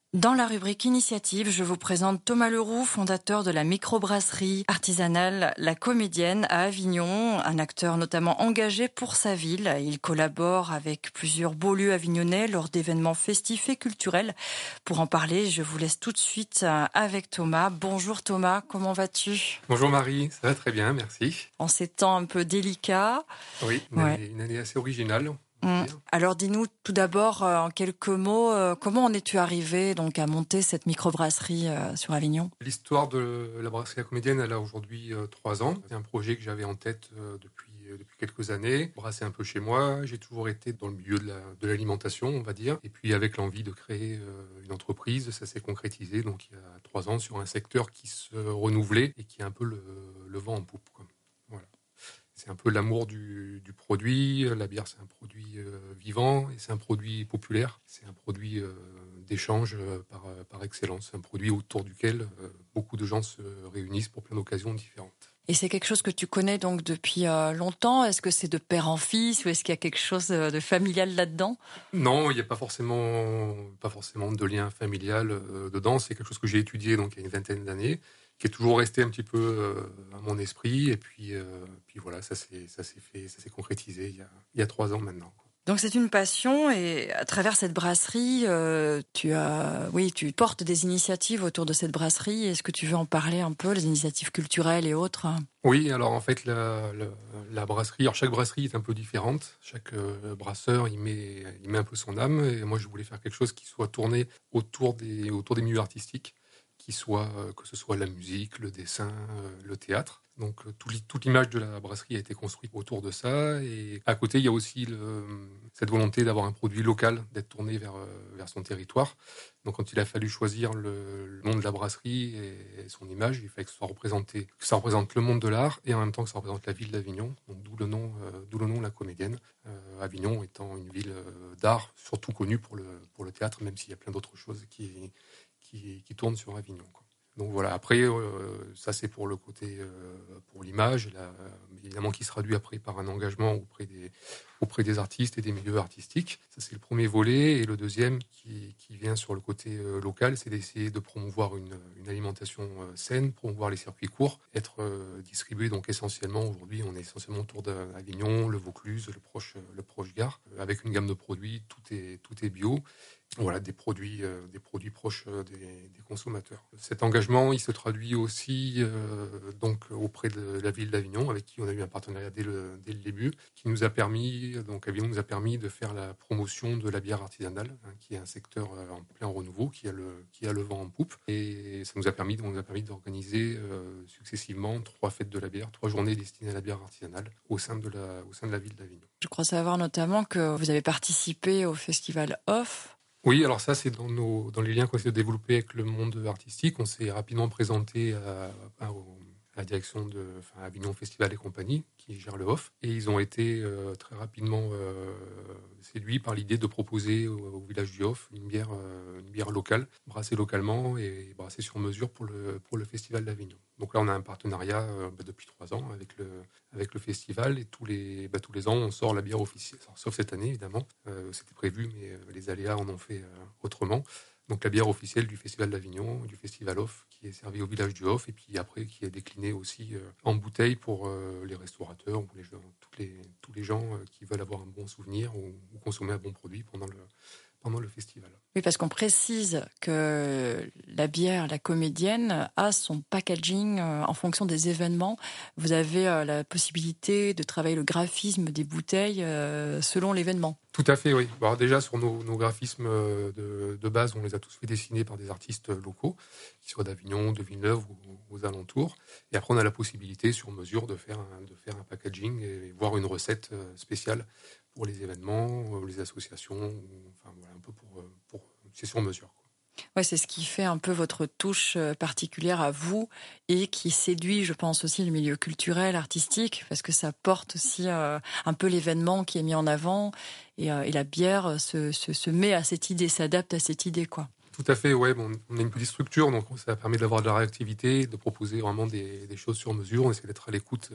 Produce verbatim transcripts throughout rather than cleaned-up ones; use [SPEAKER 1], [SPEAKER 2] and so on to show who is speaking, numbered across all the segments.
[SPEAKER 1] Dans la rubrique Initiative, je vous présente Thomas Leroux, fondateur de la microbrasserie artisanale La Comédienne à Avignon, un acteur notamment engagé pour sa ville. Il collabore avec plusieurs beaux lieux avignonnais lors d'événements festifs et culturels. Pour en parler, je vous laisse tout de suite avec Thomas. Bonjour Thomas, comment vas-tu ?
[SPEAKER 2] Bonjour Marie, ça va très bien, merci.
[SPEAKER 1] En ces temps un peu délicats.
[SPEAKER 2] Oui, une,
[SPEAKER 1] Ouais.
[SPEAKER 2] année, une année assez originale, on peut
[SPEAKER 1] Hum.
[SPEAKER 2] dire.
[SPEAKER 1] Alors dis-nous tout d'abord, euh, en quelques mots, euh, comment en es-tu arrivé donc, à monter cette microbrasserie euh, sur Avignon ?
[SPEAKER 2] L'histoire de la brasserie La Comédienne, elle a aujourd'hui euh, trois ans. C'est un projet que j'avais en tête euh, depuis, euh, depuis quelques années. Brasser un peu chez moi, j'ai toujours été dans le milieu de, la, de l'alimentation, on va dire. Et puis avec l'envie de créer euh, une entreprise, ça s'est concrétisé donc il y a trois ans sur un secteur qui se renouvelait et qui est un peu le, le vent en poupe, quoi. Voilà. C'est un peu l'amour du, du produit. La bière, c'est un produit euh, vivant et c'est un produit populaire. C'est un produit euh, d'échange euh, par, par excellence. Un produit autour duquel euh, beaucoup de gens se réunissent pour plein d'occasions différentes.
[SPEAKER 1] Et c'est quelque chose que tu connais donc depuis euh, longtemps. Est-ce que c'est de père en fils ou est-ce qu'il y a quelque chose de familial là-dedans ?
[SPEAKER 2] Non, il n'y a pas forcément, pas forcément de lien familial euh, dedans. C'est quelque chose que j'ai étudié donc il y a une vingtaine d'années, qui est toujours resté un petit peu euh, à mon esprit. Et puis, euh, puis voilà, ça s'est, ça s'est fait, ça s'est concrétisé il y a, il y a trois ans maintenant, quoi.
[SPEAKER 1] Donc c'est une passion et à travers cette brasserie, euh, tu as, oui, tu portes des initiatives autour de cette brasserie. Est-ce que tu veux en parler un peu, les initiatives culturelles et autres ?
[SPEAKER 2] Oui, alors en fait, la, la, la brasserie, alors chaque brasserie est un peu différente. Chaque euh, brasseur, il met, il met un peu son âme. Et moi, je voulais faire quelque chose qui soit tourné autour des, autour des milieux artistiques, qui soit, euh, que ce soit la musique, le dessin, euh, le théâtre. Donc, euh, tout, toute l'image de la brasserie a été construite autour de ça. Et à côté, il y a aussi le, cette volonté d'avoir un produit local, d'être tourné vers, euh, vers son territoire. Donc, quand il a fallu choisir le, le nom de la brasserie et son image, il fallait que, ce soit représenté, que ça représente le monde de l'art et en même temps que ça représente la ville d'Avignon. Donc, d'où le nom, euh, d'où le nom La Comédienne. Euh, Avignon étant une ville euh, d'art, surtout connue pour le, pour le théâtre, même s'il y a plein d'autres choses qui, qui, qui tournent sur Avignon, quoi. Donc voilà, après, euh, ça c'est pour le côté, euh, pour l'image, là, évidemment qui se traduit après par un engagement auprès des, auprès des artistes et des milieux artistiques. Ça c'est le premier volet. Et le deuxième qui, qui vient sur le côté euh, local, c'est d'essayer de promouvoir une, une alimentation euh, saine, promouvoir les circuits courts, être euh, distribué donc essentiellement, aujourd'hui on est essentiellement autour d'Avignon, le Vaucluse, le proche, le proche Gard, avec une gamme de produits, tout est, tout est bio. Voilà, des produits, euh, des produits proches euh, des, des consommateurs. Cet engagement, il se traduit aussi euh, donc auprès de la ville d'Avignon, avec qui on a eu un partenariat dès le, dès le début, qui nous a permis, donc Avignon nous a permis de faire la promotion de la bière artisanale, hein, qui est un secteur euh, en plein renouveau, qui a le, qui a le vent en poupe, et ça nous a permis, on nous a permis d'organiser euh, successivement trois fêtes de la bière, trois journées destinées à la bière artisanale au sein de la, au sein de la ville d'Avignon.
[SPEAKER 1] Je crois savoir notamment que vous avez participé au festival Off.
[SPEAKER 2] Oui, alors ça, c'est dans, nos, dans les liens qu'on essaie de développer avec le monde artistique. On s'est rapidement présenté à, à, à la direction de enfin, Avignon Festival et compagnie, qui gère le Off. Et ils ont été euh, très rapidement euh, séduits par l'idée de proposer au, au village du Off une bière, euh, une bière locale, brassée localement et brassée sur mesure pour le, pour le Festival d'Avignon. Donc là, on a un partenariat euh, bah, depuis trois ans avec le, avec le festival. Et tous les, bah, tous les ans, on sort la bière officielle. Sauf cette année, évidemment. Euh, c'était prévu, mais euh, les aléas en ont fait euh, autrement. Donc la bière officielle du Festival d'Avignon, du Festival Off, qui est servie au village du Off, et puis après qui est déclinée aussi euh, en bouteille pour euh, les restaurateurs ou les gens, tous, les, tous les gens euh, qui veulent avoir un bon souvenir ou, ou consommer un bon produit pendant le, pendant le festival.
[SPEAKER 1] Oui, parce qu'on précise que la bière, la comédienne, a son packaging euh, en fonction des événements. Vous avez euh, la possibilité de travailler le graphisme des bouteilles euh, selon l'événement.
[SPEAKER 2] Tout à fait, oui. Alors déjà, sur nos, nos graphismes de, de base, on les a tous fait dessiner par des artistes locaux, qui soient d'Avignon, de Villeneuve ou aux alentours. Et après, on a la possibilité, sur mesure, de faire un, de faire un packaging et voir une recette spéciale pour les événements, les associations, ou, enfin voilà, un peu pour, pour c'est sur mesure, quoi.
[SPEAKER 1] Ouais, c'est ce qui fait un peu votre touche particulière à vous et qui séduit, je pense, aussi le milieu culturel, artistique, parce que ça porte aussi euh, un peu l'événement qui est mis en avant et, euh, et la bière se, se, se met à cette idée, s'adapte à cette idée, quoi.
[SPEAKER 2] Tout à fait, ouais. Bon, on a une petite structure, donc ça permet d'avoir de la réactivité, de proposer vraiment des, des choses sur mesure. On essaie d'être à l'écoute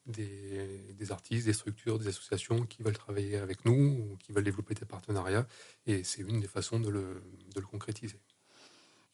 [SPEAKER 2] des, des artistes, des structures, des associations qui veulent travailler avec nous ou qui veulent développer des partenariats. Et c'est une des façons de le, de le concrétiser.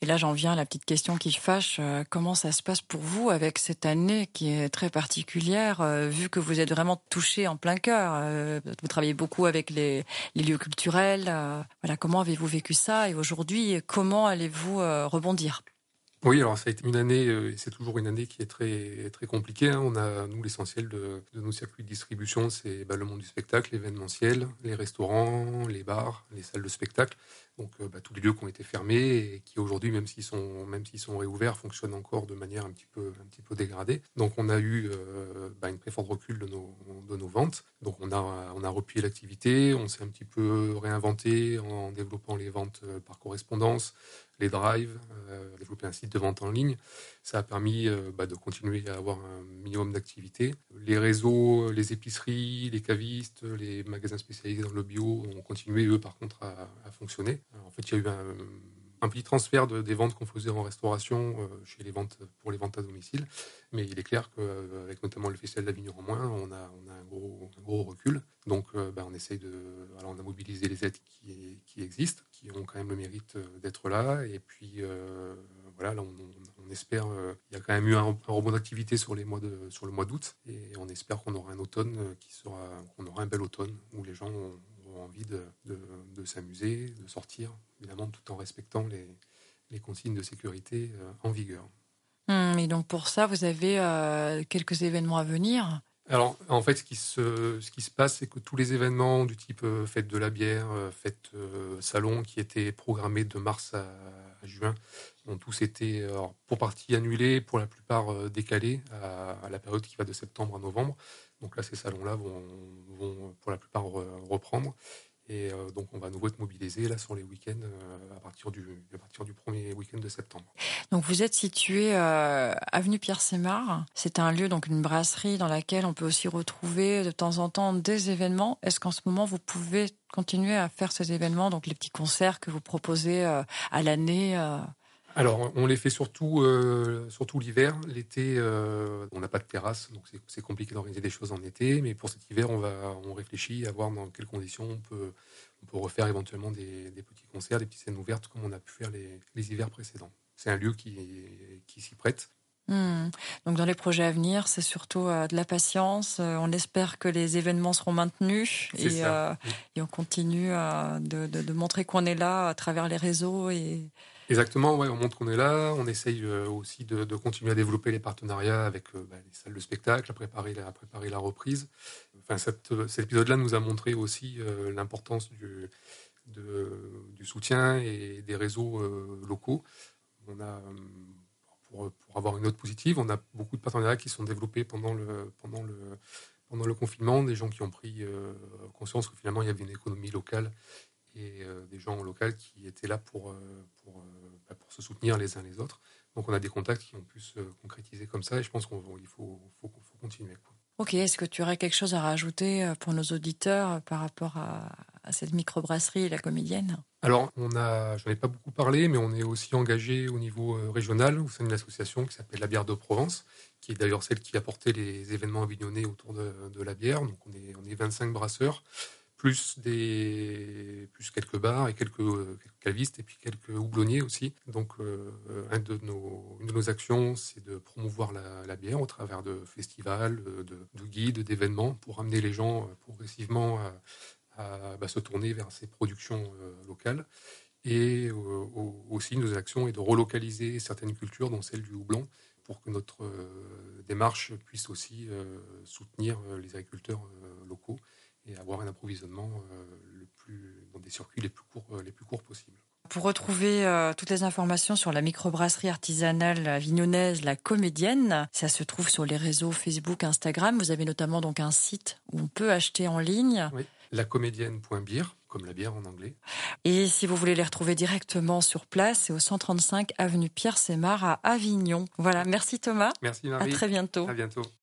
[SPEAKER 1] Et là, j'en viens à la petite question qui fâche. Euh, comment ça se passe pour vous avec cette année qui est très particulière, euh, vu que vous êtes vraiment touché en plein cœur. Euh, vous travaillez beaucoup avec les, les lieux culturels. Euh, voilà, comment avez-vous vécu ça? Et aujourd'hui, comment allez-vous euh, rebondir?
[SPEAKER 2] Oui, alors ça a été une année, euh, et c'est toujours une année qui est très très compliquée, hein. On a, nous, l'essentiel de, de nos circuits de distribution, c'est bah, le monde du spectacle, l'événementiel, les restaurants, les bars, les salles de spectacle. Donc euh, bah, tous les lieux qui ont été fermés et qui aujourd'hui, même s'ils sont même s'ils sont réouverts, fonctionnent encore de manière un petit peu un petit peu dégradée. Donc on a eu euh, bah, une très forte recul de nos de nos ventes. Donc on a on a replié l'activité, on s'est un petit peu réinventé en développant les ventes par correspondance, les drives, euh, développer un site de vente en ligne. Ça a permis euh, bah, de continuer à avoir un minimum d'activité. Les réseaux, les épiceries, les cavistes, les magasins spécialisés dans le bio ont continué, eux, par contre, à, à fonctionner. Alors, en fait, il y a eu un, un petit transfert de, des ventes qu'on faisait en restauration euh, chez les ventes, pour les ventes à domicile. Mais il est clair qu'avec notamment le Festival d'Avignon en moins, on a, on a un, gros, un gros recul. Donc, euh, bah, on essaye de... Alors, on a mobilisé les aides qui, qui existent, qui ont quand même le mérite d'être là. Et puis, euh, voilà, là, on, on, on espère... Euh, il y a quand même eu un, un rebond d'activité sur, les mois de, sur le mois d'août. Et on espère qu'on aura un automne qui sera... qu'on aura un bel automne où les gens ont, ont envie de, de, de s'amuser, de sortir, évidemment, tout en respectant les, les consignes de sécurité euh, en vigueur.
[SPEAKER 1] Hum, et donc, pour ça, vous avez euh, quelques événements à venir?
[SPEAKER 2] Alors, en fait, ce qui se, ce qui se passe, c'est que tous les événements du type euh, fête de la bière, euh, fête euh, salon, qui étaient programmés de mars à, à juin, ont tous été, alors, pour partie annulés, pour la plupart euh, décalés à, à la période qui va de septembre à novembre. Donc là, ces salons-là vont, vont pour la plupart re- reprendre. Et euh, donc, on va à nouveau être mobilisés là sur les week-ends euh, à partir du, à partir du premier week-end de septembre.
[SPEAKER 1] Donc vous êtes situé euh, avenue Pierre-Sémard. C'est un lieu, donc une brasserie dans laquelle on peut aussi retrouver de temps en temps des événements. Est-ce qu'en ce moment vous pouvez continuer à faire ces événements, donc les petits concerts que vous proposez euh, à l'année euh...
[SPEAKER 2] Alors, on les fait surtout, euh, surtout l'hiver. L'été, euh, on n'a pas de terrasse, donc c'est, c'est compliqué d'organiser des choses en été. Mais pour cet hiver, on va, on réfléchit à voir dans quelles conditions on peut, on peut refaire éventuellement des, des petits concerts, des petites scènes ouvertes, comme on a pu faire les, les hivers précédents. C'est un lieu qui, qui s'y prête.
[SPEAKER 1] Mmh. Donc dans les projets à venir, c'est surtout euh, de la patience. Euh, on espère que les événements seront maintenus et, euh,
[SPEAKER 2] oui.
[SPEAKER 1] et on continue euh, de, de, de montrer qu'on est là à travers les réseaux. Et...
[SPEAKER 2] Exactement, ouais, on montre qu'on est là. On essaye euh, aussi de, de continuer à développer les partenariats avec euh, bah, les salles de spectacle, à préparer la, à préparer la reprise. Enfin, cette, cet épisode-là nous a montré aussi euh, l'importance du, de, du soutien et des réseaux euh, locaux. On a Pour, pour avoir une note positive, on a beaucoup de partenariats qui sont développés pendant le, pendant le, pendant le confinement, des gens qui ont pris euh, conscience que finalement il y avait une économie locale et euh, des gens locaux qui étaient là pour, euh, pour, euh, pour se soutenir les uns les autres. Donc on a des contacts qui ont pu se concrétiser comme ça et je pense qu'il faut, faut, faut continuer, quoi.
[SPEAKER 1] Ok, est-ce que tu aurais quelque chose à rajouter pour nos auditeurs par rapport à, à cette microbrasserie et la Comédienne?
[SPEAKER 2] Alors, on a, j'en ai pas beaucoup parlé, mais on est aussi engagé au niveau euh, régional au sein d'une association qui s'appelle la Bière de Provence, qui est d'ailleurs celle qui a porté les événements avignonnais autour de, de la bière. Donc on est, on est vingt-cinq brasseurs, plus des, plus quelques bars et quelques, euh, quelques cavistes et puis quelques houblonniers aussi. Donc euh, un de nos, une de nos actions, c'est de promouvoir la, la bière au travers de festivals, de, de guides, d'événements pour amener les gens progressivement à à bah, se tourner vers ces productions euh, locales. Et euh, aussi, nos actions est de relocaliser certaines cultures, dont celle du houblon, pour que notre euh, démarche puisse aussi euh, soutenir euh, les agriculteurs euh, locaux et avoir un approvisionnement euh, le plus, dans des circuits les plus courts, euh, les plus courts possibles.
[SPEAKER 1] Pour retrouver euh, toutes les informations sur la microbrasserie artisanale avignonnaise, la Comédienne, ça se trouve sur les réseaux Facebook, Instagram. Vous avez notamment donc un site où on peut acheter en ligne.
[SPEAKER 2] Oui, lacomédienne point beer, comme la bière en anglais.
[SPEAKER 1] Et si vous voulez les retrouver directement sur place, c'est au cent trente-cinq avenue Pierre-Sémard à Avignon. Voilà, merci Thomas.
[SPEAKER 2] Merci Marie.
[SPEAKER 1] À très bientôt.
[SPEAKER 2] À bientôt.